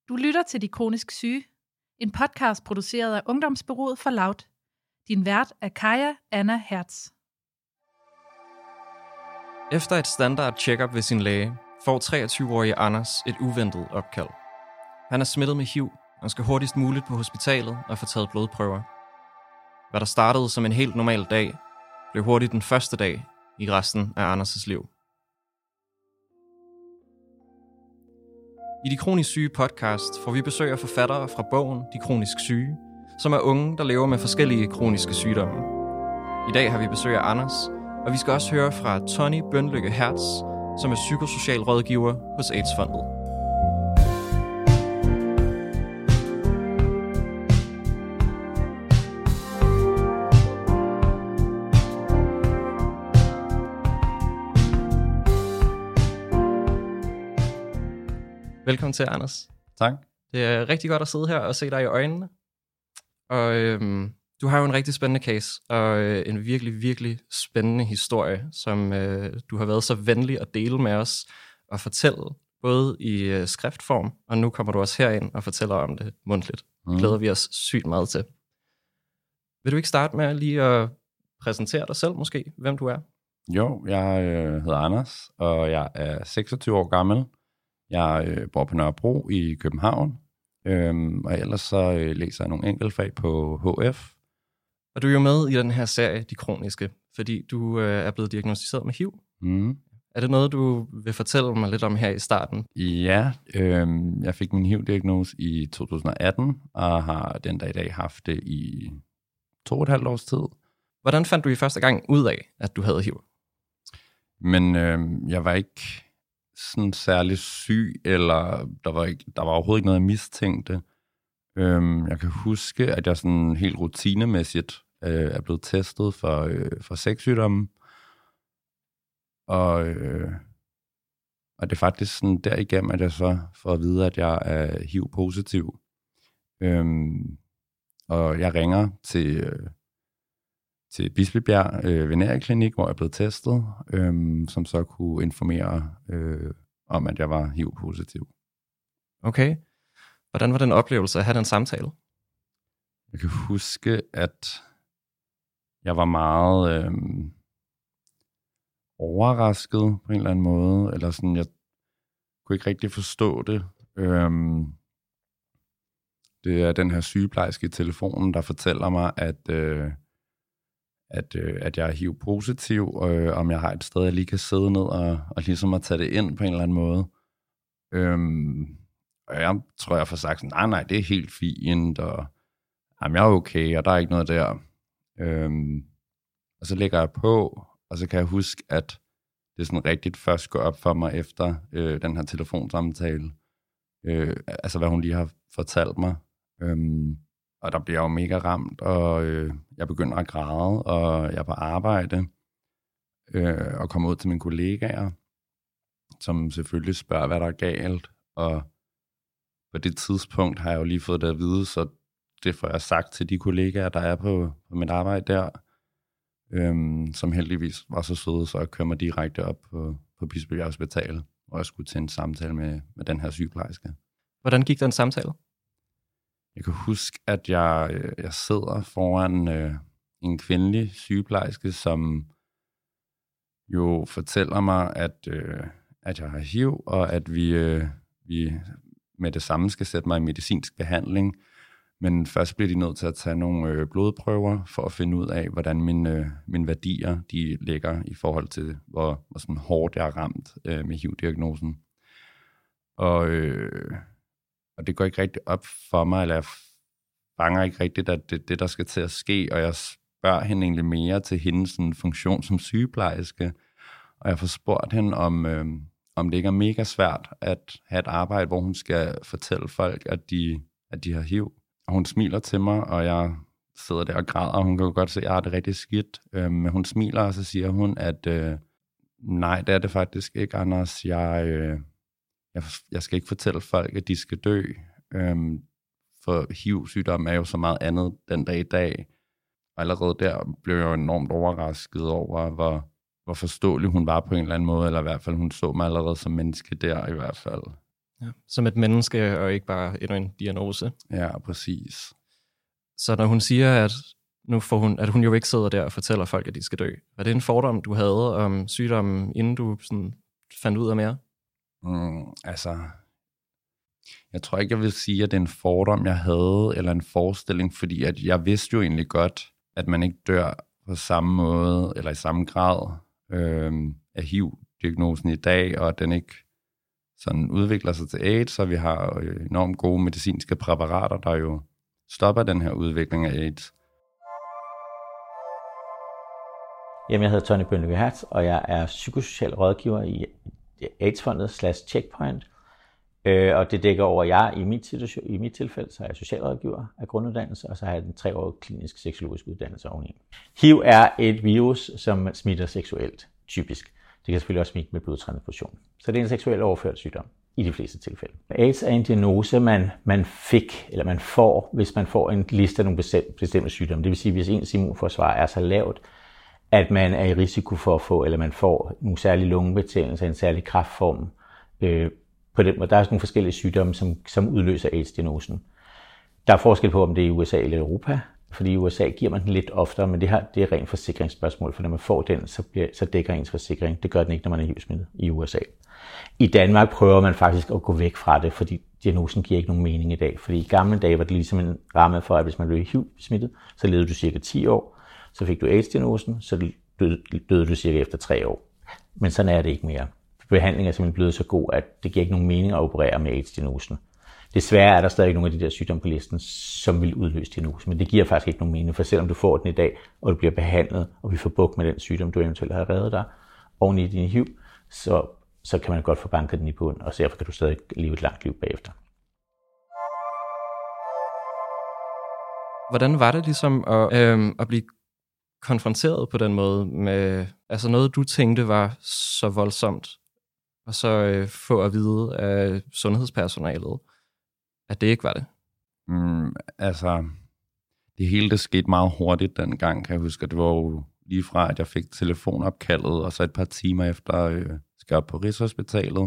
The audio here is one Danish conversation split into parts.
Du lytter til De Kronisk Syge, en podcast produceret af Ungdomsbureauet for Loud. Din vært er Kaja Anna Hertz. Efter et standard check-up ved sin læge, får 23-årige Anders et uventet opkald. Han er smittet med HIV og skal hurtigst muligt på hospitalet og få taget blodprøver. Hvad der startede som en helt normal dag, blev hurtigt den første dag i resten af Anders' liv. I De Kronisk Syge podcast får vi besøg af forfattere fra bogen De Kronisk Syge, som er unge, der lever med forskellige kroniske sygdomme. I dag har vi besøg af Anders, og vi skal også høre fra Tonni Bønlykke Hertz, som er psykosocial rådgiver hos AIDS-fondet. Velkommen til, Anders. Tak. Det er rigtig godt at sidde her og se dig i øjnene. Og du har jo en rigtig spændende case, og en virkelig, virkelig spændende historie, som du har været så venlig at dele med os og fortælle, både i skriftform, og nu kommer du også herind og fortæller om det mundtligt. Det glæder vi os sygt meget til. Vil du ikke starte med lige at præsentere dig selv måske, hvem du er? Jo, jeg hedder Anders, og jeg er 26 år gammel. Jeg bor på Nørrebro i København, og ellers så læser jeg nogle enkeltfag på HF. Og du er jo med i den her serie, De Kroniske, fordi du er blevet diagnosticeret med HIV. Er det noget, du vil fortælle mig lidt om her i starten? Ja, jeg fik min HIV-diagnose i 2018, og har den dag i dag haft det i 2,5 års tid. Hvordan fandt du i første gang ud af, at du havde HIV? Men jeg var ikke sådan særlig syg, eller der var overhovedet ikke noget, jeg mistænkte. Jeg kan huske, at jeg sådan helt rutinemæssigt er blevet testet for sexsygdomme. Og det er faktisk sådan derigennem, at jeg så får at vide, at jeg er HIV-positiv. Og jeg ringer til Bispebjerg Veneriklinik, hvor jeg er blevet testet, som så kunne informere om, at jeg var HIV-positiv. Okay. Hvordan var den oplevelse at have den samtale? Jeg kan huske, at jeg var meget overrasket på en eller anden måde, eller sådan, jeg kunne ikke rigtig forstå det. Det er den her sygeplejerske i telefonen, der fortæller mig, at jeg er HIV-positiv, og om jeg har et sted, jeg lige kan sidde ned og ligesom at tage det ind på en eller anden måde. Og jeg tror, jeg får sagt sådan, nej, det er helt fint, og jamen, jeg er okay, og der er ikke noget der. Og så lægger jeg på, og så kan jeg huske, at det sådan rigtigt først går op for mig efter den her telefonsamtale. Altså, hvad hun lige har fortalt mig. Og der bliver jeg jo mega ramt, og jeg begynder at græde, og jeg er på arbejde, og kommer ud til mine kollegaer, som selvfølgelig spørger, hvad der er galt. Og på det tidspunkt har jeg jo lige fået det at vide, så det får jeg sagt til de kollegaer, der er på mit arbejde der, som heldigvis var så søde, så jeg kører mig direkte op på Bispebjerg Hospital, og jeg skulle til en samtale med den her sygeplejerske. Hvordan gik den samtale? Jeg kan huske, at jeg sidder foran en kvindelig sygeplejerske, som jo fortæller mig, at jeg har HIV, og at vi med det samme skal sætte mig i medicinsk behandling. Men først bliver de nødt til at tage nogle blodprøver for at finde ud af, hvordan mine værdier de ligger i forhold til, hvor sådan hårdt jeg er ramt med HIV-diagnosen. Og det går ikke rigtig op for mig, eller jeg fanger ikke rigtigt, at det der skal til at ske, og jeg spørger hende egentlig mere til hendes sådan, funktion som sygeplejerske, og jeg får spurgt hende, om det ikke er mega svært at have et arbejde, hvor hun skal fortælle folk, at de har HIV. Og hun smiler til mig, og jeg sidder der og græder, og hun kan jo godt se, at jeg har det rigtig skidt. Men hun smiler, og så siger hun, at nej, det er det faktisk ikke, Anders. Jeg skal ikke fortælle folk, at de skal dø. For HIV-sygdom er jo så meget andet den dag i dag. Og allerede der blev jeg jo enormt overrasket over, hvor forståelig hun var på en eller anden måde, eller i hvert fald hun så mig allerede som menneske der i hvert fald. Ja, som et menneske, og ikke bare endnu en diagnose. Ja, præcis. Så når hun siger, at at hun jo ikke sidder der og fortæller folk, at de skal dø. Var det en fordom, du havde om sygdommen, inden du sådan fandt ud af mere? Jeg tror ikke, jeg vil sige, at det er en fordom, jeg havde, eller en forestilling, fordi at jeg vidste jo egentlig godt, at man ikke dør på samme måde, eller i samme grad af HIV-diagnosen i dag, og at den ikke sådan udvikler sig til AIDS, så vi har enormt gode medicinske præparater, der jo stopper den her udvikling af AIDS. Jamen, jeg hedder Tony Bønneke Hertz, og jeg er psykosocial rådgiver i AIDS-fondet /Checkpoint. Og det dækker over, jeg i mit tilfælde, så er jeg socialrådgiver af grunduddannelse, og så har jeg en 3-årig klinisk seksologisk uddannelse oveni. HIV er et virus, som smitter seksuelt, typisk. Det kan selvfølgelig også smitte med blodtransfusion. Så det er en seksuelt overført sygdom i de fleste tilfælde. AIDS er en diagnose, man får, hvis man får en liste af nogle bestemte sygdomme. Det vil sige, hvis ens immunforsvar er så lavt, at man er i risiko for at få, eller man får nogle særlige lungebetændelser, en særlig kræftform. På den måde. Der er nogle forskellige sygdomme, som udløser AIDS-diagnosen. Der er forskel på, om det er i USA eller Europa, fordi i USA giver man den lidt oftere, men det er rent forsikringsspørgsmål, for når man får den, så dækker ens forsikring. Det gør den ikke, når man er HIV-smittet i USA. I Danmark prøver man faktisk at gå væk fra det, fordi diagnosen giver ikke nogen mening i dag. Fordi i gamle dage var det ligesom en ramme for, at hvis man blev HIV-smittet, så levede du cirka 10 år, så fik du AIDS-diagnosen, så døde du cirka efter 3 år. Men sådan er det ikke mere. Behandlingen er simpelthen blevet så god, at det giver ikke nogen mening at operere med AIDS-diagnosen. Desværre er der stadig nogle af de der sygdomme på listen, som vil udløse diagnosen, men det giver faktisk ikke nogen mening, for selvom du får den i dag, og du bliver behandlet, og vi får bugt med den sygdom, du eventuelt har reddet dig, oven i din HIV, så kan man godt få banket den i bunden, og derfor kan du stadig leve et langt liv bagefter. Hvordan var det ligesom at blive konfronteret på den måde med noget, du tænkte var så voldsomt, og så få at vide af sundhedspersonalet, at det ikke var det? Det hele det skete meget hurtigt dengang, kan jeg huske. Det var jo lige fra, at jeg fik telefonopkaldet, og så et par timer efter skal jeg op på Rigshospitalet.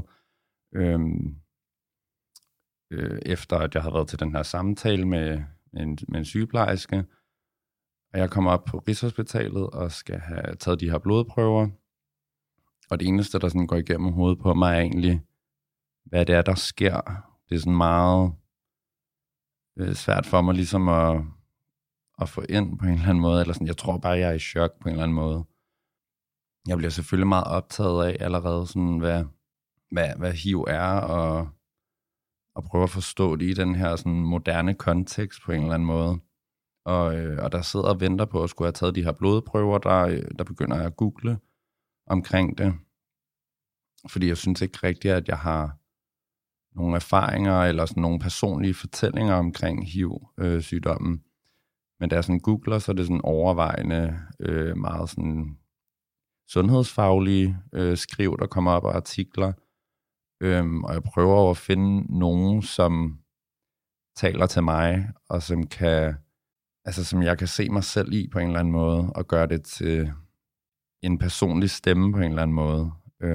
Efter at jeg havde været til den her samtale med en sygeplejerske, og jeg kommer op på Rigshospitalet og skal have taget de her blodprøver. Og det eneste, der sådan går igennem hovedet på mig, er egentlig, hvad det er, der sker. Det er sådan meget svært for mig ligesom at få ind på en eller anden måde. Eller sådan, jeg tror bare, jeg er i chok på en eller anden måde. Jeg bliver selvfølgelig meget optaget af allerede, sådan, hvad HIV er, og prøve at forstå det i den her sådan, moderne kontekst på en eller anden måde. Og der sidder og venter på at skulle have taget de her blodprøver, der begynder jeg at google omkring det. Fordi jeg synes ikke rigtigt, at jeg har nogle erfaringer eller sådan nogle personlige fortællinger omkring HIV-sygdommen. Men da jeg sådan googler, så er det sådan overvejende meget sådan sundhedsfaglige skriv, der kommer op, og artikler. Og jeg prøver at finde nogen, som taler til mig, og som jeg kan se mig selv i på en eller anden måde, og gøre det til en personlig stemme på en eller anden måde.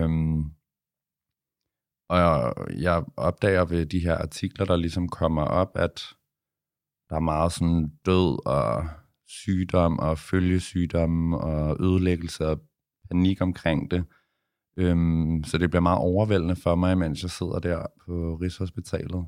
Og jeg opdager ved de her artikler, der ligesom kommer op, at der er meget sådan død og sygdom og følgesygdom og ødelæggelse og panik omkring det. Så det bliver meget overvældende for mig, mens jeg sidder der på Rigshospitalet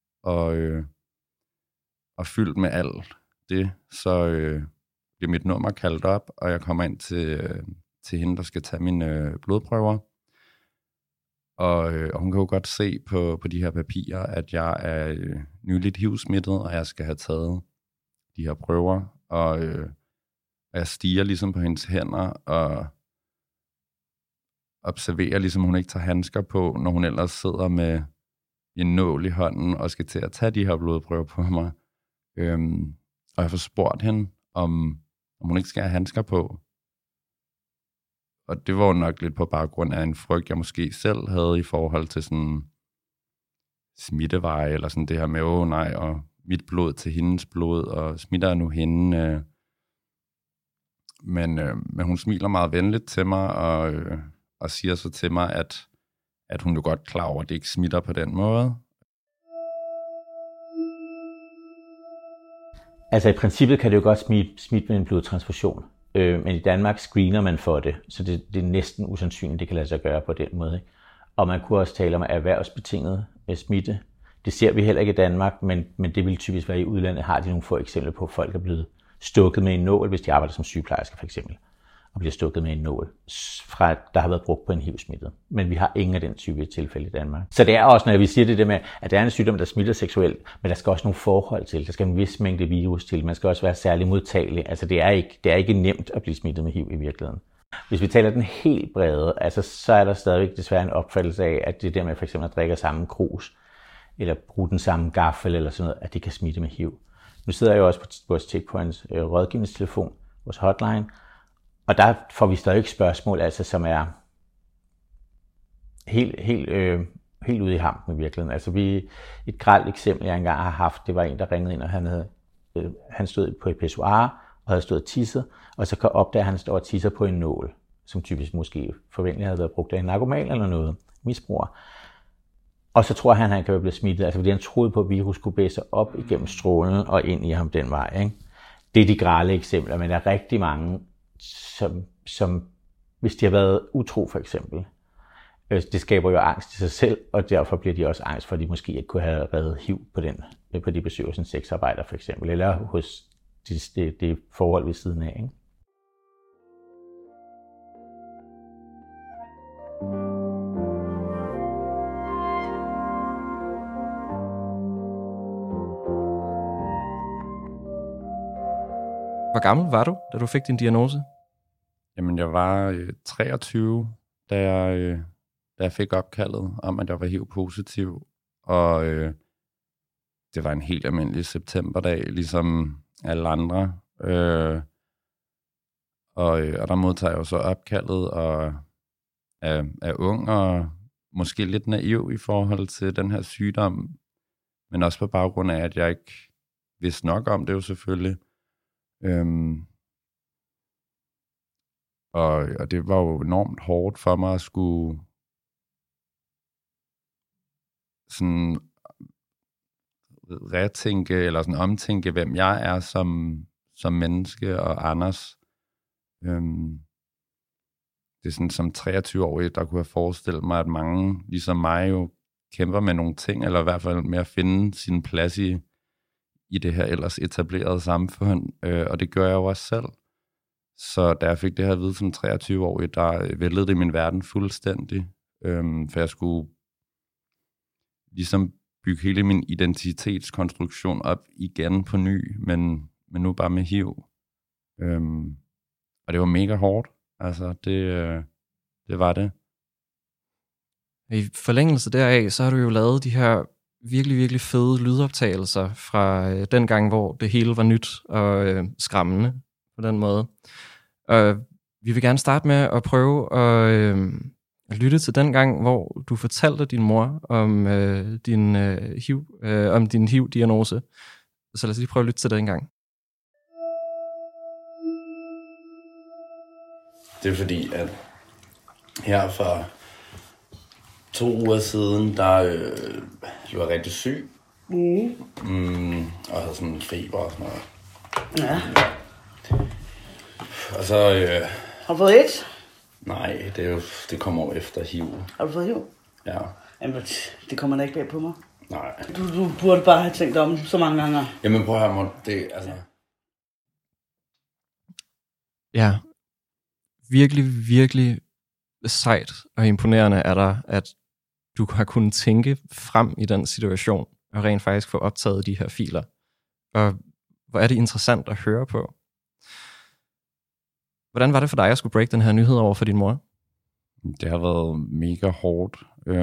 og fyldt med alt det, så bliver mit nummer kaldt op, og jeg kommer ind til hende, der skal tage mine blodprøver. Og hun kan jo godt se på de her papirer, at jeg er nyligt HIV-smittet, og jeg skal have taget de her prøver. Og jeg stiger ligesom på hendes hænder, og observerer ligesom, hun ikke tager handsker på, når hun ellers sidder med en nål i hånden, og skal til at tage de her blodprøver på mig. Og jeg får spurgt hende, om hun ikke skal have handsker på. Og det var jo nok lidt på baggrund af en frygt, jeg måske selv havde i forhold til sådan smitteveje, eller sådan det her med, nej, og mit blod til hendes blod, og smitter nu hende. Men hun smiler meget venligt til mig, og siger så til mig, at hun jo godt klar over, at det ikke smitter på den måde. Altså i princippet kan det jo godt smitte med en blodtransfusion, men i Danmark screener man for det, så det er næsten usandsynligt, det kan lade sig gøre på den måde. Ikke? Og man kunne også tale om erhvervsbetinget smitte. Det ser vi heller ikke i Danmark, men det vil typisk være i udlandet. Har de nogle få eksempler på, at folk er blevet stukket med en nål, hvis de arbejder som sygeplejersker for eksempel, og bliver stukket med en nål, der har været brugt på en HIV-smittet. Men vi har ingen af den type tilfælde i Danmark. Så det er også, når vi siger det med, at det er en sygdom, der smitter seksuelt, men der skal også nogle forhold til. Der skal en vis mængde virus til. Man skal også være særlig modtagelig. Altså det er ikke nemt at blive smittet med HIV i virkeligheden. Hvis vi taler den helt brede, altså, så er der stadigvæk desværre en opfattelse af, at det der med for eksempel at drikke samme krus, eller bruge den samme gaffel eller sådan noget, at det kan smitte med HIV. Nu sidder jeg jo også på vores Checkpoints rådgivningstelefon, vores hotline, og der får vi stadig spørgsmål, altså, som er helt ude i hampen i virkeligheden. Altså et grelt eksempel, jeg engang har haft, det var en, der ringede ind, og han stod på et pissoir, og havde stået og tisset, og så opdager han står og tisser på en nål, som typisk måske forventeligt havde været brugt af en narkoman eller noget, misbruger. Og så tror han kan blive smittet, altså fordi han troede på, at virus kunne bevæge sig op igennem strålen og ind i ham den vej. Ikke? Det er de grelle eksempler, men der er rigtig mange, som hvis de har været utro for eksempel, det skaber jo angst i sig selv, og derfor bliver de også angst for, at de måske ikke kunne have reddet HIV på de besøg hos en sexarbejder for eksempel, eller hos det forhold ved siden af. Ikke? Hvor gammel var du, da du fik din diagnose? Jamen, jeg var 23, da jeg fik opkaldet om, at jeg var HIV-positiv. Og det var en helt almindelig septemberdag, ligesom alle andre. Og der modtager jeg jo så opkaldet og er ung og måske lidt naiv i forhold til den her sygdom. Men også på baggrund af, at jeg ikke vidste nok om det jo selvfølgelig. Og det var jo enormt hårdt for mig at skulle sådan retænke eller sådan omtænke, hvem jeg er som menneske og Anders. Det er sådan som 23-årig, der kunne jeg forestille mig, at mange ligesom mig jo kæmper med nogle ting, eller i hvert fald med at finde sin plads i det her ellers etablerede samfund, og det gør jeg jo også selv. Så da jeg fik det her at vide som 23-årig, der væltede det min verden fuldstændig, for jeg skulle ligesom bygge hele min identitetskonstruktion op igen på ny, men nu bare med HIV. Og det var mega hårdt. Altså, det var det. I forlængelse deraf, så har du jo lavet de her virkelig, virkelig fede lydoptagelser fra den gang, hvor det hele var nyt og skræmmende på den måde. Og vi vil gerne starte med at prøve at lytte til den gang, hvor du fortalte din mor om din HIV-diagnose. Så lad os lige prøve at lytte til den gang. Det er fordi, at her for 2 uger siden, der jeg var rigtig syg. Og havde sådan en feber og sådan noget. Ja. Og så... Har du fået AIDS? Nej, det kommer over efter HIV. Har du fået HIV? Ja. Jamen, det kommer da ikke bag på mig. Nej. Du burde bare have tænkt om så mange gange. Jamen prøv at høre, det altså... Ja, virkelig, virkelig sejt og imponerende er der, at du har kunnet tænke frem i den situation, og rent faktisk få optaget de her filer. Og hvor er det interessant at høre på. Hvordan var det for dig at skulle break den her nyhed over for din mor? Det har været mega hårdt.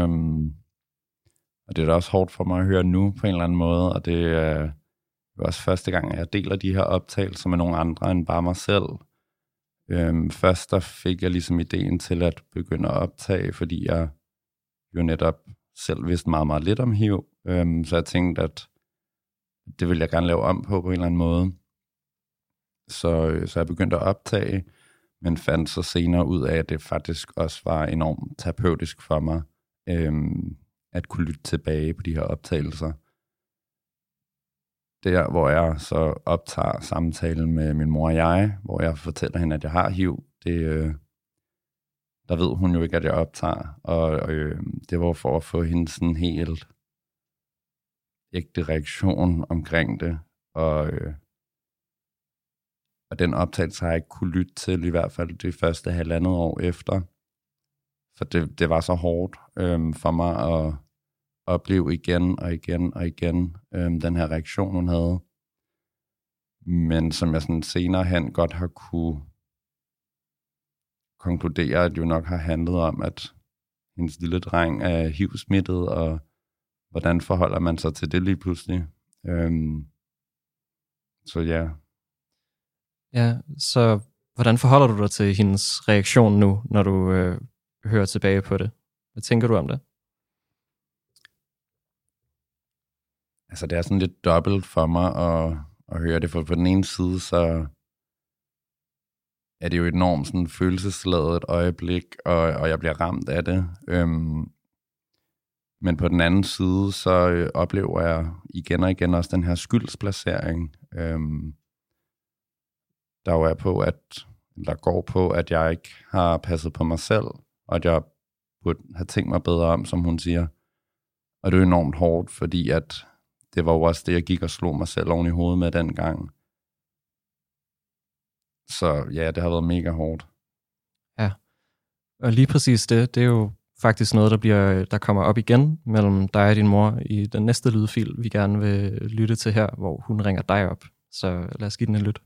Og det er da også hårdt for mig at høre nu på en eller anden måde. Og det er også første gang, at jeg deler de her optagelser med nogle andre end bare mig selv. Først der fik jeg ligesom ideen til at begynde at optage, fordi jeg jo netop selv vidste meget, meget lidt om HIV. Så jeg tænkte, at det ville jeg gerne lave om på en eller anden måde. Så jeg begyndte at optage, men fandt så senere ud af, at det faktisk også var enormt terapeutisk for mig, at kunne lytte tilbage på de her optagelser. Der, hvor jeg så optager samtalen med min mor og jeg, hvor jeg fortæller hende, at jeg har HIV, der ved hun jo ikke, at jeg optager. Og det var for at få hende sådan helt ægte reaktion omkring det. Og den optagelse har jeg ikke kunne lytte til, i hvert fald det første 1,5 år efter. For det var så hårdt for mig at opleve igen og igen og igen den her reaktion, hun havde. Men som jeg sådan senere hen godt har kunne konkludere, at det jo nok har handlet om, at hendes lille dreng er HIV-smittet, og hvordan forholder man sig til det lige pludselig. Så ja. Ja, så hvordan forholder du dig til hendes reaktion nu, når du hører tilbage på det? Hvad tænker du om det? Altså, det er sådan lidt dobbelt for mig at høre det, for på den ene side, så er det jo enormt sådan følelsesladet øjeblik, og jeg bliver ramt af det. Men på den anden side, så oplever jeg igen og igen også den her skyldsplacering, der går på, at jeg ikke har passet på mig selv, og at jeg burde have tænkt mig bedre om, som hun siger. Og det er enormt hårdt, fordi at det var jo også det, jeg gik og slog mig selv oven i hovedet med dengang. Så ja, det har været mega hårdt. Ja, og lige præcis det er jo faktisk noget, der kommer op igen mellem dig og din mor i den næste lydfil, vi gerne vil lytte til her, hvor hun ringer dig op. Så lad os give den en lyt.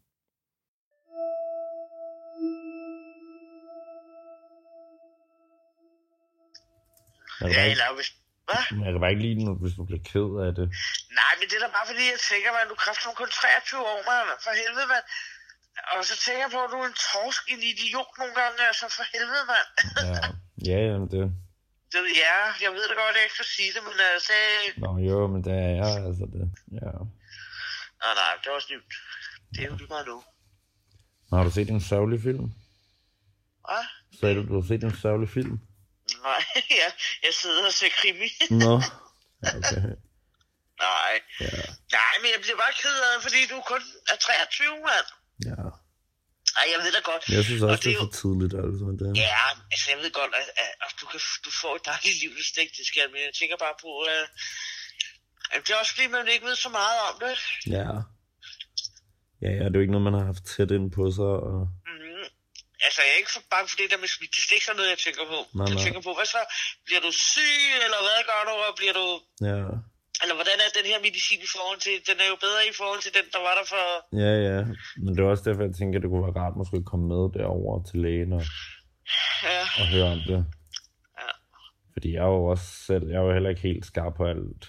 Jeg kan bare ikke lide den, hvis du bliver ked af det. Nej, men det er da bare fordi, jeg tænker, man, du kræfter kun 23 år, man. For helvede, mand. Og så tænker jeg på, at du er en torsk, en idiot nogle gange, altså for helvede, mand. Ja, det... Ja, jeg ved det godt, at jeg ikke skal sige det, men altså... Nå jo, men det er jeg, altså det. Ja. Nej, det er også nyt. Det er jo lige meget nu. Har du set en sørgelig film? Hvad? Sagde du har set en sørgelig film? Nej, jeg sidder og ser krimi. Nå, okay. Nej. Ja. Nej, men jeg bliver bare ked af det, fordi du kun er 23, mand. Ja. Ej, jeg ved da godt. Jeg synes også, og det er for tidligt, altså. Det. Ja, altså jeg ved godt, at du får et dejligt liv, det stik, det skal, men jeg tænker bare på, at det er også fordi, man ikke ved så meget om det. Ja. Ja, det er jo ikke noget, man har haft tæt ind på sig. Og... Mm-hmm. Altså, jeg er ikke for bange for det der med smidt. Det er ikke sådan noget, jeg tænker på. Nej. Jeg tænker på, hvad så? Bliver du syg, eller hvad gør du? Og bliver du... Ja. Eller hvordan er den her medicin i forhold til... Den er jo bedre i forhold til den, der var der for... Ja. Men det er også derfor, jeg tænker, at det kunne være rart måske at komme med derover til lægen og høre om det. Ja. Fordi jeg er jo også selv... Jeg er jo heller ikke helt skarp på alt.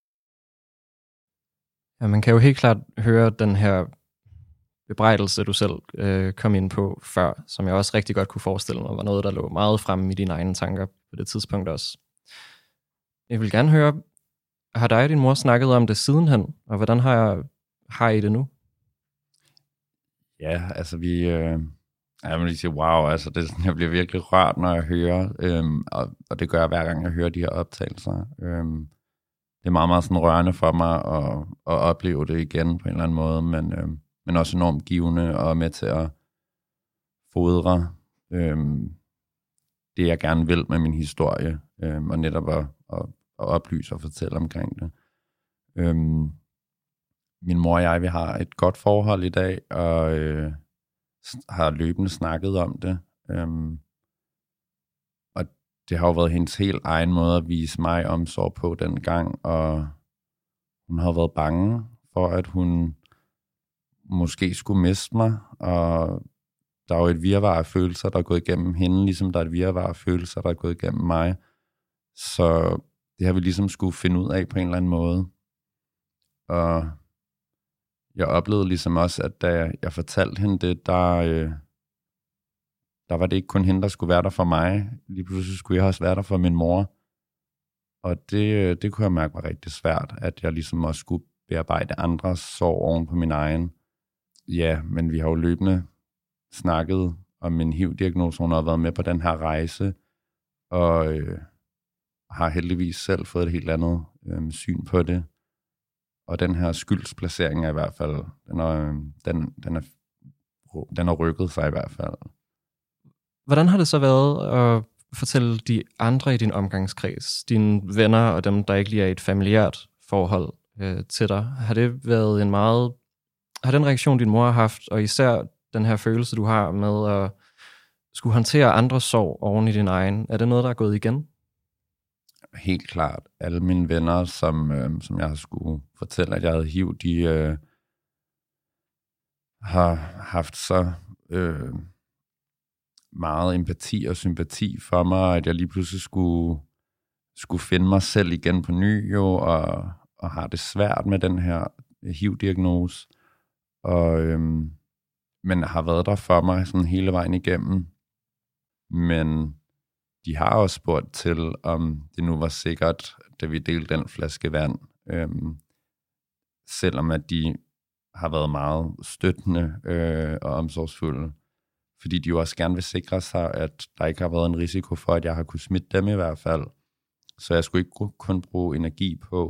Ja, man kan jo helt klart høre den her bebrejdelse, du selv kom ind på før, som jeg også rigtig godt kunne forestille mig, var noget, der lå meget fremme i dine egne tanker på det tidspunkt også. Jeg vil gerne høre, har dig og din mor snakket om det sidenhen, og hvordan har I det nu? Ja, altså jeg vil lige sige, wow, altså jeg bliver virkelig rørt, når jeg hører, og det gør jeg hver gang, jeg hører de her optagelser. Det er meget, meget sådan rørende for mig at opleve det igen på en eller anden måde, men også enormt givende og med til at fodre det, jeg gerne vil med min historie, og netop at oplyse og fortælle omkring det. Min mor og jeg, vi har et godt forhold i dag, og har løbende snakket om det. Og det har jo været hendes helt egen måde at vise mig omsorg på dengang, og hun har været bange for, at hun måske skulle miste mig, og der er jo et virvar af følelser, der er gået igennem hende, ligesom der er et virvar af følelser, der er gået igennem mig. Så det har vi ligesom skulle finde ud af på en eller anden måde. Og jeg oplevede ligesom også, at da jeg fortalte hende det, der var det ikke kun hende, der skulle være der for mig. Lige pludselig skulle jeg også være der for min mor. Og det kunne jeg mærke var rigtig svært, at jeg ligesom også skulle bearbejde andres sorg oven på min egen. Ja, men vi har jo løbende snakket om min HIV-diagnose. Hun har været med på den her rejse, og har heldigvis selv fået et helt andet syn på det. Og den her skyldsplacering er i hvert fald, den har rykket sig i hvert fald. Hvordan har det så været at fortælle de andre i din omgangskreds, dine venner og dem, der ikke lige er i et familiært forhold til dig? Har det været har den reaktion, din mor har haft, og især den her følelse, du har med at skulle håndtere andres sorg oven i din egen, er det noget, der er gået igen? Helt klart. Alle mine venner, som jeg skulle fortælle, at jeg havde HIV, de har haft så meget empati og sympati for mig, at jeg lige pludselig skulle finde mig selv igen på ny, jo, og har det svært med den her HIV-diagnose. Men har været der for mig sådan hele vejen igennem. Men de har også spurgt til, om det nu var sikkert, da vi delte den flaske vand. Selvom at de har været meget støttende og omsorgsfulde. Fordi de jo også gerne vil sikre sig, at der ikke har været en risiko for, at jeg har kunnet smitte dem i hvert fald. Så jeg skulle ikke kun bruge energi på,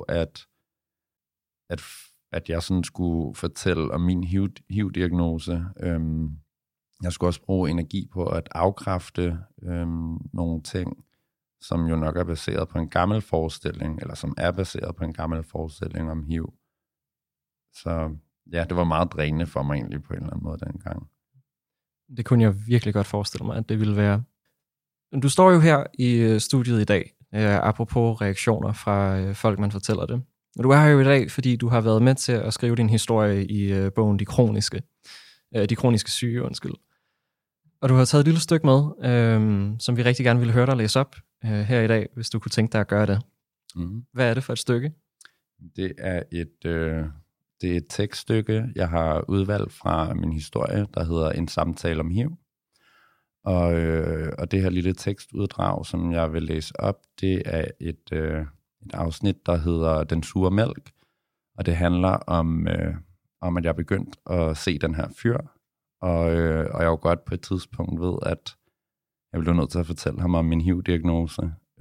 at jeg sådan skulle fortælle om min HIV-diagnose. Jeg skulle også bruge energi på at afkræfte nogle ting, som jo nok er baseret på en gammel forestilling, eller som er baseret på en gammel forestilling om HIV. Så ja, det var meget drænende for mig egentlig på en eller anden måde dengang. Det kunne jeg virkelig godt forestille mig, at det ville være. Du står jo her i studiet i dag, apropos reaktioner fra folk, man fortæller det. Og du er her jo i dag, fordi du har været med til at skrive din historie i bogen De kroniske syge, undskyld. Og du har taget et lille stykke med, som vi rigtig gerne ville høre dig læse op her i dag, hvis du kunne tænke dig at gøre det. Mm. Hvad er det for et stykke? Det er et tekststykke, jeg har udvalgt fra min historie, der hedder En samtale om HIV. Og det her lille tekstuddrag, som jeg vil læse op, det er et afsnit, der hedder Den sure mælk. Og det handler om at jeg er begyndt at se den her fyr. Og jeg jo godt på et tidspunkt ved, at jeg blev nødt til at fortælle ham om min HIV-diagnose.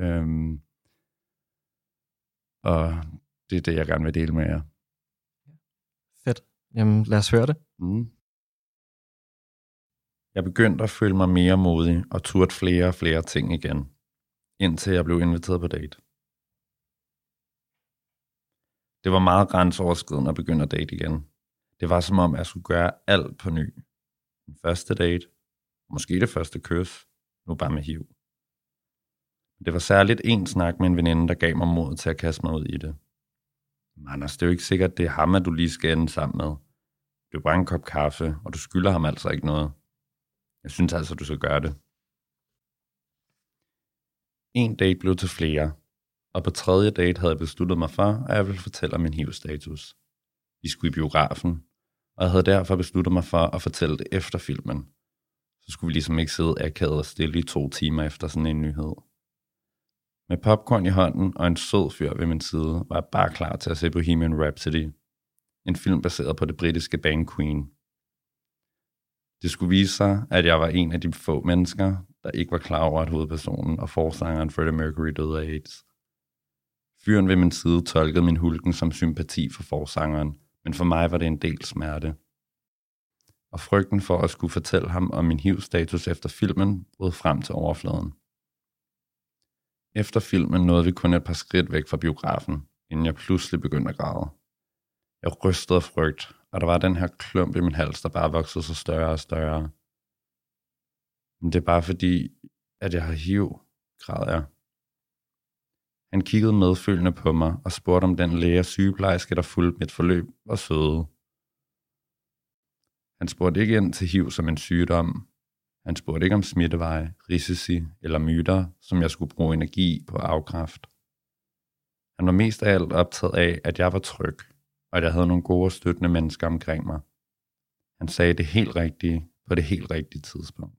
Og det er det, jeg gerne vil dele med jer. Fedt. Jamen, lad os høre det. Mm. Jeg begyndte at føle mig mere modig og turde flere og flere ting igen, indtil jeg blev inviteret på date. Det var meget grænseoverskridende at begynde at date igen. Det var som om, jeg skulle gøre alt på ny. Den første date, måske det første kys, nu bare med HIV. Det var særligt en snak med en veninde, der gav mig mod til at kaste mig ud i det. Anders, det er jo ikke sikkert, det er ham, at du lige skal ende sammen med. Det er bare en kop kaffe, og du skylder ham altså ikke noget. Jeg synes altså, du skal gøre det. En date blev til flere, og på tredje date havde jeg besluttet mig for, at jeg ville fortælle om min HIV-status. Vi skulle i biografen, og jeg havde derfor besluttet mig for at fortælle det efter filmen. Så skulle vi ligesom ikke sidde akavet og stille i 2 timer efter sådan en nyhed. Med popcorn i hånden og en sød fyr ved min side, var jeg bare klar til at se Bohemian Rhapsody. En film baseret på det britiske band Queen. Det skulle vise sig, at jeg var en af de få mennesker, der ikke var klar over, at hovedpersonen og forsangeren Freddie Mercury døde af AIDS. Fyren ved min side tolkede min hulken som sympati for forsangeren, men for mig var det en del smerte. Og frygten for at skulle fortælle ham om min HIV-status efter filmen brød frem til overfladen. Efter filmen nåede vi kun et par skridt væk fra biografen, inden jeg pludselig begyndte at græde. Jeg rystede af frygt, og der var den her klump i min hals, der bare voksede så større og større. Men det er bare fordi, at jeg har HIV, græd jeg. Han kiggede medfølende på mig og spurgte, om den læge og sygeplejerske, der fulgte mit forløb, var søde. Han spurgte ikke ind til HIV som en sygdom. Han spurgte ikke om smitteveje, risici eller myter, som jeg skulle bruge energi på afkræft. Han var mest af alt optaget af, at jeg var tryg, og at jeg havde nogle gode og støttende mennesker omkring mig. Han sagde det helt rigtige på det helt rigtige tidspunkt.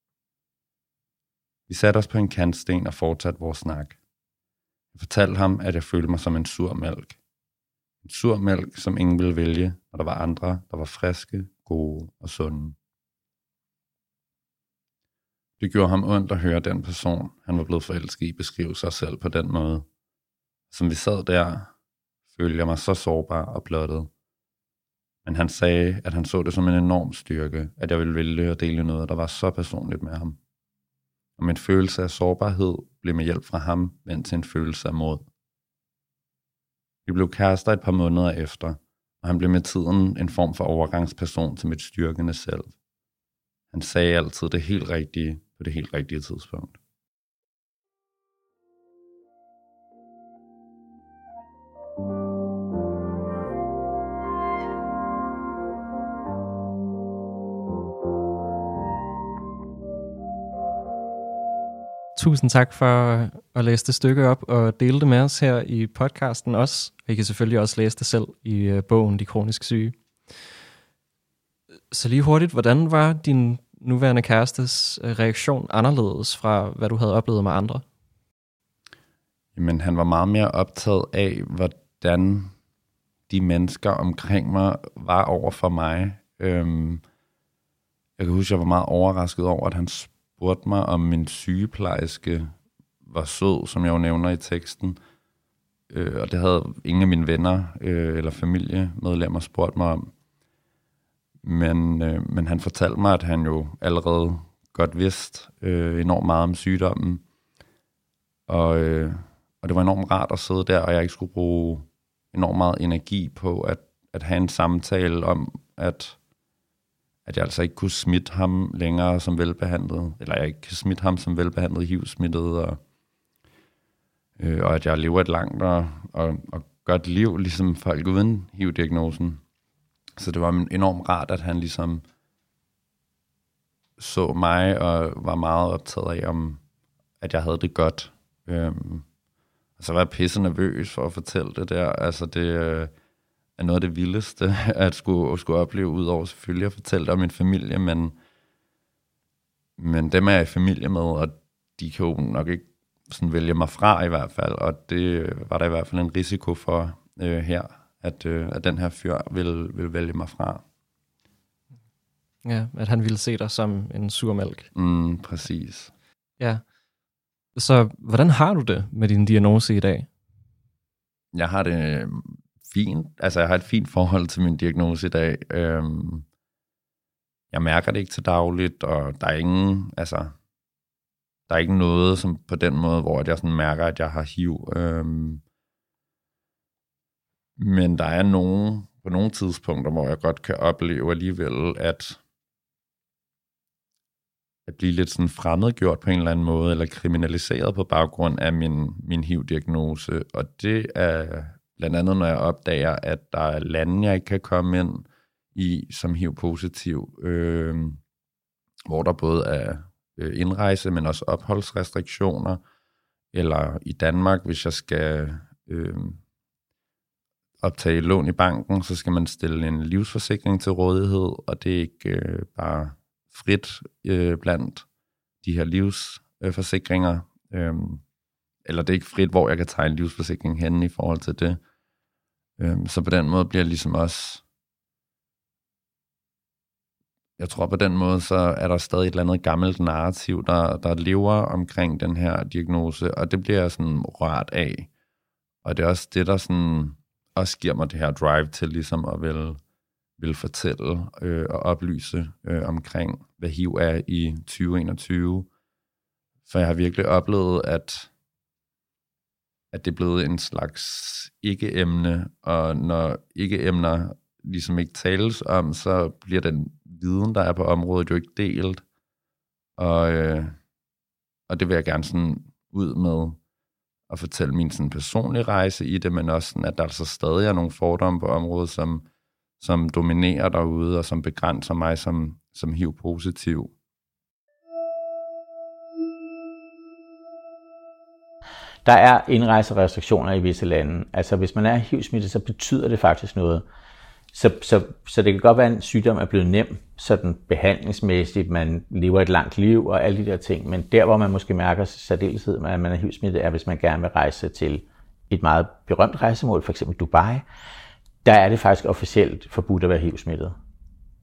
Vi satte os på en kantsten og fortsatte vores snak. Jeg fortalte ham, at jeg følte mig som en sur mælk. En sur mælk, som ingen ville vælge, og der var andre, der var friske, gode og sunde. Det gjorde ham ondt at høre den person, han var blevet forelsket i, beskrive sig selv på den måde. Som vi sad der, følte jeg mig så sårbar og blottet. Men han sagde, at han så det som en enorm styrke, at jeg ville vælge at dele noget, der var så personligt med ham. Og min følelse af sårbarhed blev med hjælp fra ham vendt til en følelse af mod. Vi blev kærester et par måneder efter, og han blev med tiden en form for overgangsperson til mit styrkende selv. Han sagde altid det helt rigtige på det helt rigtige tidspunkt. Tusind tak for at læse det stykke op og dele det med os her i podcasten også. I kan selvfølgelig også læse det selv i bogen De Kronisk Syge. Så lige hurtigt, hvordan var din nuværende kærestes reaktion anderledes fra, hvad du havde oplevet med andre? Jamen, han var meget mere optaget af, hvordan de mennesker omkring mig var over for mig. Jeg kan huske, jeg var meget overrasket over, at han spurgte mig, om min sygeplejerske var sød, som jeg jo nævner i teksten. Og det havde ingen af mine venner eller familiemedlemmer spurgt mig om. Men han fortalte mig, at han jo allerede godt vidste enormt meget om sygdommen. Og det var enormt rart at sidde der, og jeg ikke skulle bruge enormt meget energi på at have en samtale om, at jeg altså ikke kunne smitte ham længere som velbehandlet, eller jeg ikke kan smitte ham som velbehandlet HIV-smittet, og at jeg lever et langt og godt liv, ligesom folk uden HIV-diagnosen. Så det var enormt rart, at han ligesom så mig og var meget optaget af, at jeg havde det godt. Og så var jeg pisse nervøs for at fortælle det der. Altså det er noget af det vildeste, at skulle opleve, udover selvfølgelig at fortælle det om min familie, men dem er jeg i familie med, og de kan jo nok ikke sådan vælge mig fra i hvert fald, og det var der i hvert fald en risiko for her, at den her fyr vil vælge mig fra. Ja, at han ville se dig som en surmælk. Præcis. Ja. Så hvordan har du det med din diagnose i dag? Jeg har det fint. Altså, jeg har et fint forhold til min diagnose i dag. Jeg mærker det ikke til dagligt, og der er ikke noget som på den måde, hvor jeg sådan mærker, at jeg har HIV. Men der er på nogle tidspunkter, hvor jeg godt kan opleve alligevel, at blive lidt sådan fremmedgjort på en eller anden måde, eller kriminaliseret på baggrund af min HIV-diagnose. Og det er blandt andet, når jeg opdager, at der er lande, jeg ikke kan komme ind i som HIV-positiv, hvor der både er indrejse, men også opholdsrestriktioner, eller i Danmark, hvis jeg skal optage lån i banken, så skal man stille en livsforsikring til rådighed, og det er ikke bare frit blandt de her livsforsikringer, eller det er ikke frit, hvor jeg kan tage en livsforsikring hen i forhold til det. Så på den måde bliver ligesom også, jeg tror på den måde, så er der stadig et eller andet gammelt narrativ, der lever omkring den her diagnose, og det bliver jeg sådan rørt af. Og det er også det, der sådan også giver mig det her drive til ligesom at vil fortælle og oplyse omkring, hvad HIV er i 2021. For jeg har virkelig oplevet, at det er blevet en slags ikke-emne, og når ikke-emner ligesom ikke tales om, så bliver den viden, der er på området, jo ikke delt. Og det vil jeg gerne sådan ud med at fortælle min sådan personlige rejse i det, men også sådan, at der altså stadig er nogle fordomme på området, som dominerer derude, og som begrænser mig som HIV-positiv. Der er indrejserestriktioner i visse lande. Altså hvis man er HIV-smittet, så betyder det faktisk noget. Så det kan godt være, at en sygdom er blevet nem, sådan behandlingsmæssigt, man lever et langt liv og alle de der ting. Men der, hvor man måske mærker særdeleshed, at man er HIV-smittet, er, hvis man gerne vil rejse til et meget berømt rejsemål, f.eks. Dubai. Der er det faktisk officielt forbudt at være HIV-smittet.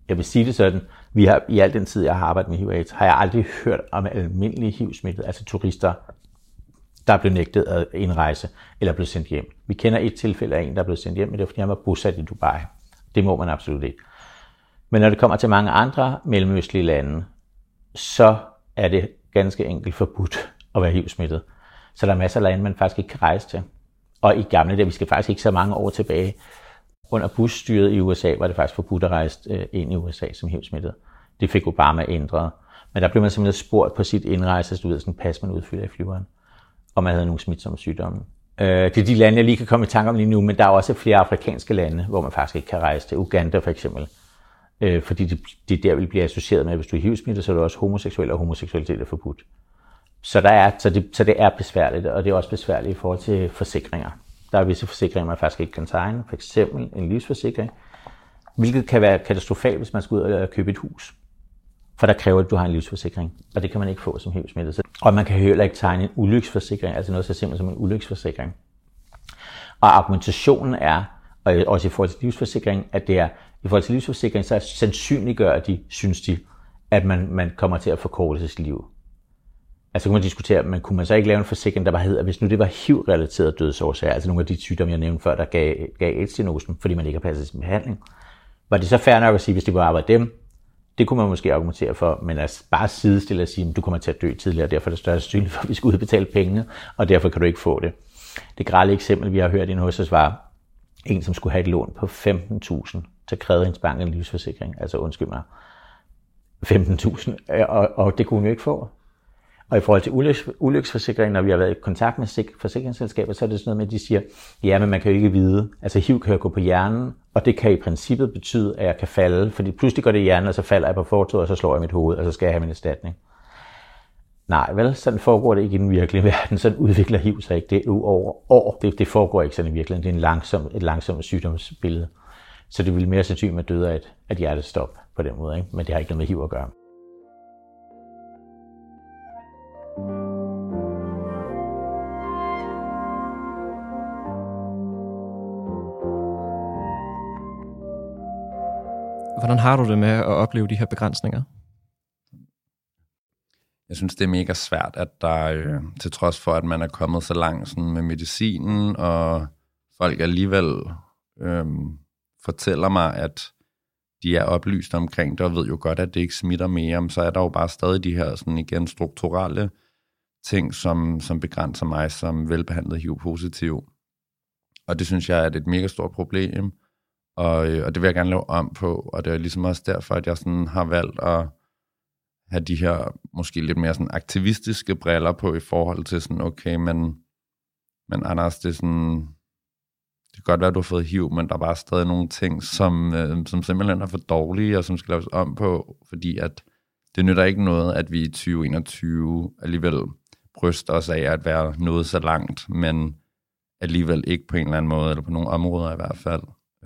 Jeg vil sige det sådan, vi har i al den tid, jeg har arbejdet med HIV/AIDS, har jeg aldrig hørt om almindelige HIV-smittede, altså turister, der er blevet nægtet at indrejse eller blevet sendt hjem. Vi kender et tilfælde af en, der er blevet sendt hjem, men det er fordi, han var bosat i Dubai. Det må man absolut ikke. Men når det kommer til mange andre mellemøstlige lande, så er det ganske enkelt forbudt at være HIV-smittet. Så der er masser af lande, man faktisk ikke kan rejse til. Og i gamle dage, vi skal faktisk ikke så mange år tilbage, under Bush-styret i USA, var det faktisk forbudt at rejse ind i USA som HIV-smittet. Det fik Obama ændret. Men der blev man simpelthen spurgt på sit indrejse, så du ved, sådan en pas, man udfylder i flyveren, og man havde nogle smitsomme sygdomme. Det er de lande, jeg lige kan komme i tanke om lige nu, men der er også flere afrikanske lande, hvor man faktisk ikke kan rejse til. Uganda for eksempel. Fordi det der vil blive associeret med, at hvis du er HIV-smittet, så er du også homoseksuel, og homoseksualitet er forbudt. Så det er besværligt, og det er også besværligt i forhold til forsikringer. Der er visse forsikringer, man faktisk ikke kan tegne. For eksempel en livsforsikring, hvilket kan være katastrofalt, hvis man skal ud og købe et hus. For der kræver, at du har en livsforsikring, og det kan man ikke få som HIV-smittet. Og man kan heller ikke tegne en ulyksforsikring, altså noget så simpelt som en ulyksforsikring. Og argumentationen er, og også i forhold til livsforsikring, at det er, i forhold til livsforsikring, så sandsynliggør de, synes de, at man kommer til at forkorte sit liv. Altså kunne man diskutere, men kunne man så ikke lave en forsikring, der bare hedder, hvis nu det var HIV-relateret dødsårsager, altså nogle af de sygdomme, jeg nævnte før, der gav AIDS-diagnosen, fordi man ikke har passet sin behandling. Var det så fair nok at sige, hvis det var arbejde dem? Det kunne man måske argumentere for, men altså bare sidestille at sige, at du kommer til at dø tidligere, og derfor er det større sandsynligt for, at vi skal udbetale pengene, og derfor kan du ikke få det. Det grelle eksempel, vi har hørt inde hos os, var en, som skulle have et lån på 15.000, så krævede hendes bank en livsforsikring, altså undskyld mig, 15.000, og det kunne hun jo ikke få. Og i forhold til ulyksforsikring, når vi har været i kontakt med forsikringsselskaber, så er det sådan noget med, at de siger, ja, men man kan jo ikke vide. Altså HIV kan jo gå på hjernen, og det kan i princippet betyde, at jeg kan falde, fordi pludselig går det i hjernen, og så falder jeg på fortovet, og så slår jeg mit hoved, og så skal jeg have min erstatning. Nej, vel, sådan foregår det ikke i den virkelige verden. Sådan udvikler HIV sig ikke. Det er over år. Det foregår ikke sådan i virkeligheden. Det er et langsomt sygdomsbillede. Så det vil mere sandsynligt, at døde af et hjertestop på den måde, ikke? Men det har ikke noget med HIV at gøre. Hvordan har du det med at opleve de her begrænsninger? Jeg synes, det er mega svært, at der, til trods for, at man er kommet så langt sådan med medicinen, og folk alligevel fortæller mig, at de er oplyst omkring det, og ved jo godt, at det ikke smitter mere, så er der jo bare stadig de her sådan igen strukturelle ting, som begrænser mig som velbehandlet HIV-positiv. Og det synes jeg er et mega stort problem, og det vil jeg gerne lave om på, og det er ligesom også derfor, at jeg sådan har valgt at have de her måske lidt mere sådan aktivistiske briller på i forhold til sådan, okay, men Anders, det er sådan, det kan godt være, at du har fået HIV, men der er bare stadig nogle ting, som simpelthen er for dårlige, og som skal laves om på, fordi at det nytter ikke noget, at vi i 2021 alligevel bryster os af at være nået så langt, men alligevel ikke på en eller anden måde, eller på nogle områder i hvert fald.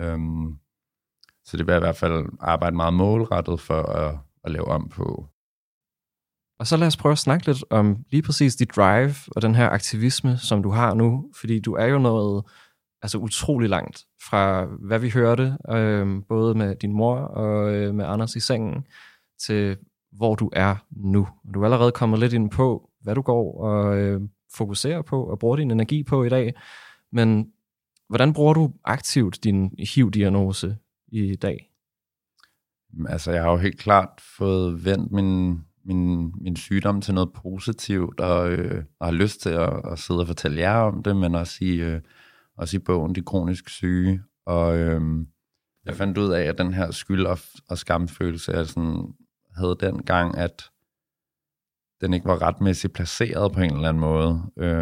Så det vil jeg i hvert fald arbejde meget målrettet for at lave om på. Og så lad os prøve at snakke lidt om lige præcis dit drive og den her aktivisme, som du har nu, fordi du er jo noget utrolig langt fra, hvad vi hørte, både med din mor og med Anders i sengen, til hvor du er nu. Du er allerede kommet lidt ind på, hvad du går og fokuserer på og bruger din energi på i dag, men hvordan bruger du aktivt din HIV-diagnose i dag? Altså, jeg har jo helt klart fået vendt min sygdom til noget positivt, og har lyst til at sidde og fortælle jer om det, men også i bogen De Kronisk Syge. Og jeg fandt ud af, at den her skyld- og skamfølelse, jeg sådan havde dengang, at den ikke var retmæssigt placeret på en eller anden måde.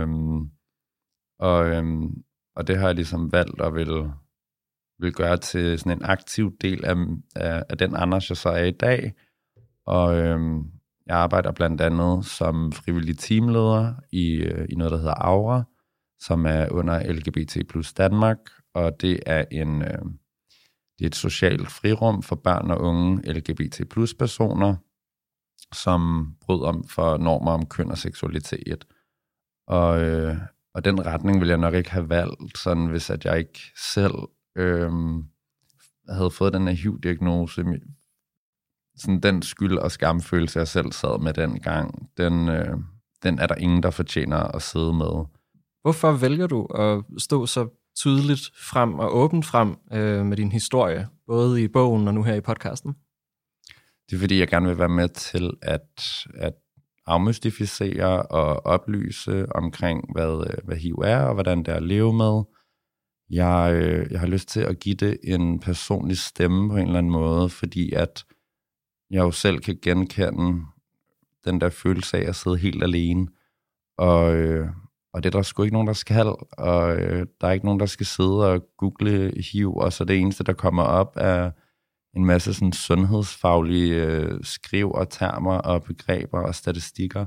Og det har jeg ligesom valgt at vil gøre til sådan en aktiv del af den Anders, jeg så er i dag. Og jeg arbejder blandt andet som frivillig teamleder i noget, der hedder Aura, som er under LGBT plus Danmark, og det er det er et socialt frirum for børn og unge LGBT plus personer, som bryder for normer om køn og seksualitet. Og den retning ville jeg nok ikke have valgt, sådan hvis at jeg ikke selv havde fået den her HIV-diagnose. sådan den skyld og skamfølelse, jeg selv sad med dengang, den er der ingen, der fortjener at sidde med. Hvorfor vælger du at stå så tydeligt frem og åbent frem med din historie, både i bogen og nu her i podcasten? Det er fordi, jeg gerne vil være med til at afmystificere og oplyse omkring, hvad HIV er, og hvordan det er at leve med. Jeg har lyst til at give det en personlig stemme på en eller anden måde, fordi at jeg jo selv kan genkende den der følelse af at sidde helt alene. Og det er der sgu ikke nogen, der skal. Og der er ikke nogen, der skal sidde og google HIV, og så det eneste, der kommer op, er en masse sådan sundhedsfaglige skriv og termer og begreber og statistikker.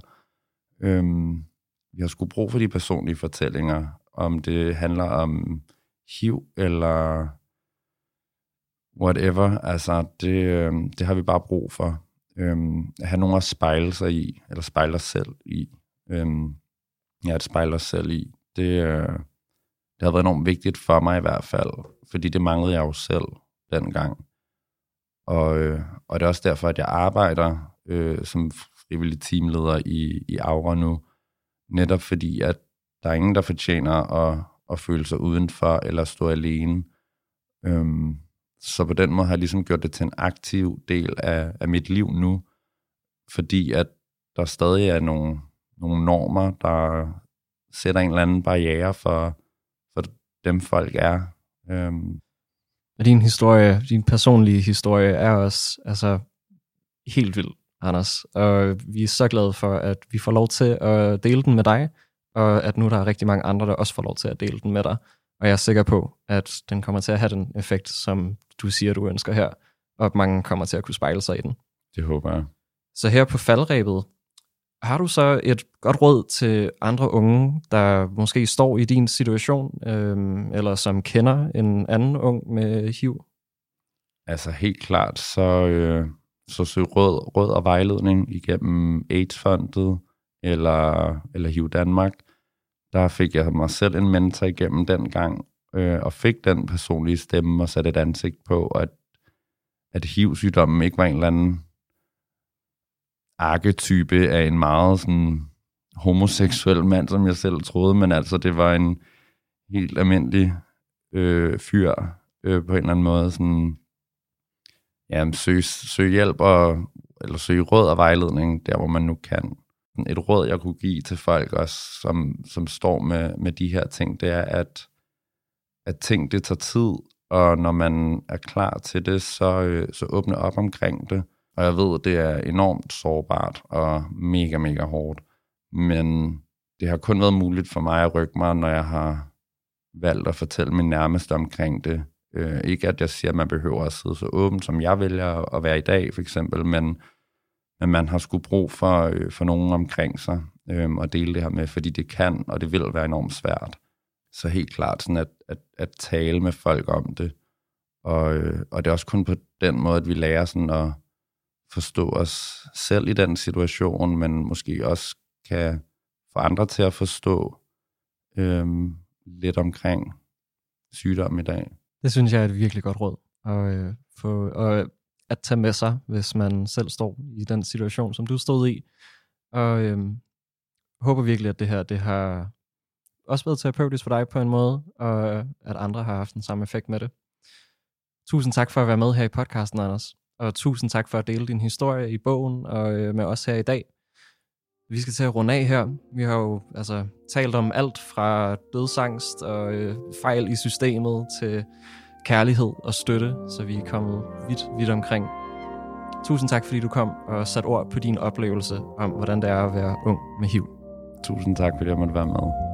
Vi har sgu brug for de personlige fortællinger, om det handler om HIV eller whatever. Altså, det har vi bare brug for. At have nogen at spejle sig i, eller spejle os selv i. At spejle os selv i. Det har været enormt vigtigt for mig i hvert fald, fordi det manglede jeg jo selv dengang. Og det er også derfor, at jeg arbejder som frivillig teamleder i Aura nu. Netop fordi, at der er ingen, der fortjener at føle sig udenfor eller stå alene. Så på den måde har jeg ligesom gjort det til en aktiv del af mit liv nu. Fordi at der stadig er nogle normer, der sætter en eller anden barriere for dem folk er. Din historie, din personlige historie, er også altså helt vild, Anders. Og vi er så glade for, at vi får lov til at dele den med dig, og at nu der er rigtig mange andre, der også får lov til at dele den med dig. Og jeg er sikker på, at den kommer til at have den effekt, som du siger, du ønsker her, og at mange kommer til at kunne spejle sig i den. Det håber jeg. Så her på faldrebet, har du så et godt råd til andre unge, der måske står i din situation, eller som kender en anden ung med HIV? Altså helt klart, så søg råd og vejledning igennem AIDS-fondet eller HIV Danmark. Der fik jeg mig selv en mentor igennem dengang, og fik den personlige stemme og satte et ansigt på, at HIV-sygdommen ikke var en eller anden arketype af en meget sådan homoseksuel mand, som jeg selv troede, men altså det var en helt almindelig fyr på en eller anden måde. Sådan, ja, søg hjælp eller søg råd og vejledning der, hvor man nu kan. Et råd, jeg kunne give til folk også, som står med de her ting, det er, at ting, det tager tid, og når man er klar til det, så åbne op omkring det. Og jeg ved, det er enormt sårbart og mega, mega hårdt. Men det har kun været muligt for mig at rykke mig, når jeg har valgt at fortælle min nærmeste omkring det. Ikke at jeg siger, at man behøver at sidde så åbent, som jeg vælger at være i dag, for eksempel, men man har sgu brug for nogen omkring sig at dele det her med, fordi det kan, og det vil være enormt svært. Så helt klart sådan at tale med folk om det. Og det er også kun på den måde, at vi lærer sådan at forstå os selv i den situation, men måske også kan få andre til at forstå lidt omkring sygdom i dag. Det synes jeg er et virkelig godt råd og at tage med sig, hvis man selv står i den situation, som du stod i. Og håber virkelig, at det her det har også været terapeutisk for dig på en måde, og at andre har haft den samme effekt med det. Tusind tak for at være med her i podcasten, Anders. Og tusind tak for at dele din historie i bogen og med os her i dag. Vi skal til at runde af her. Vi har jo talt om alt fra dødsangst og fejl i systemet til kærlighed og støtte, så vi er kommet vidt omkring. Tusind tak, fordi du kom og satte ord på din oplevelse om, hvordan det er at være ung med HIV. Tusind tak, fordi jeg måtte være med.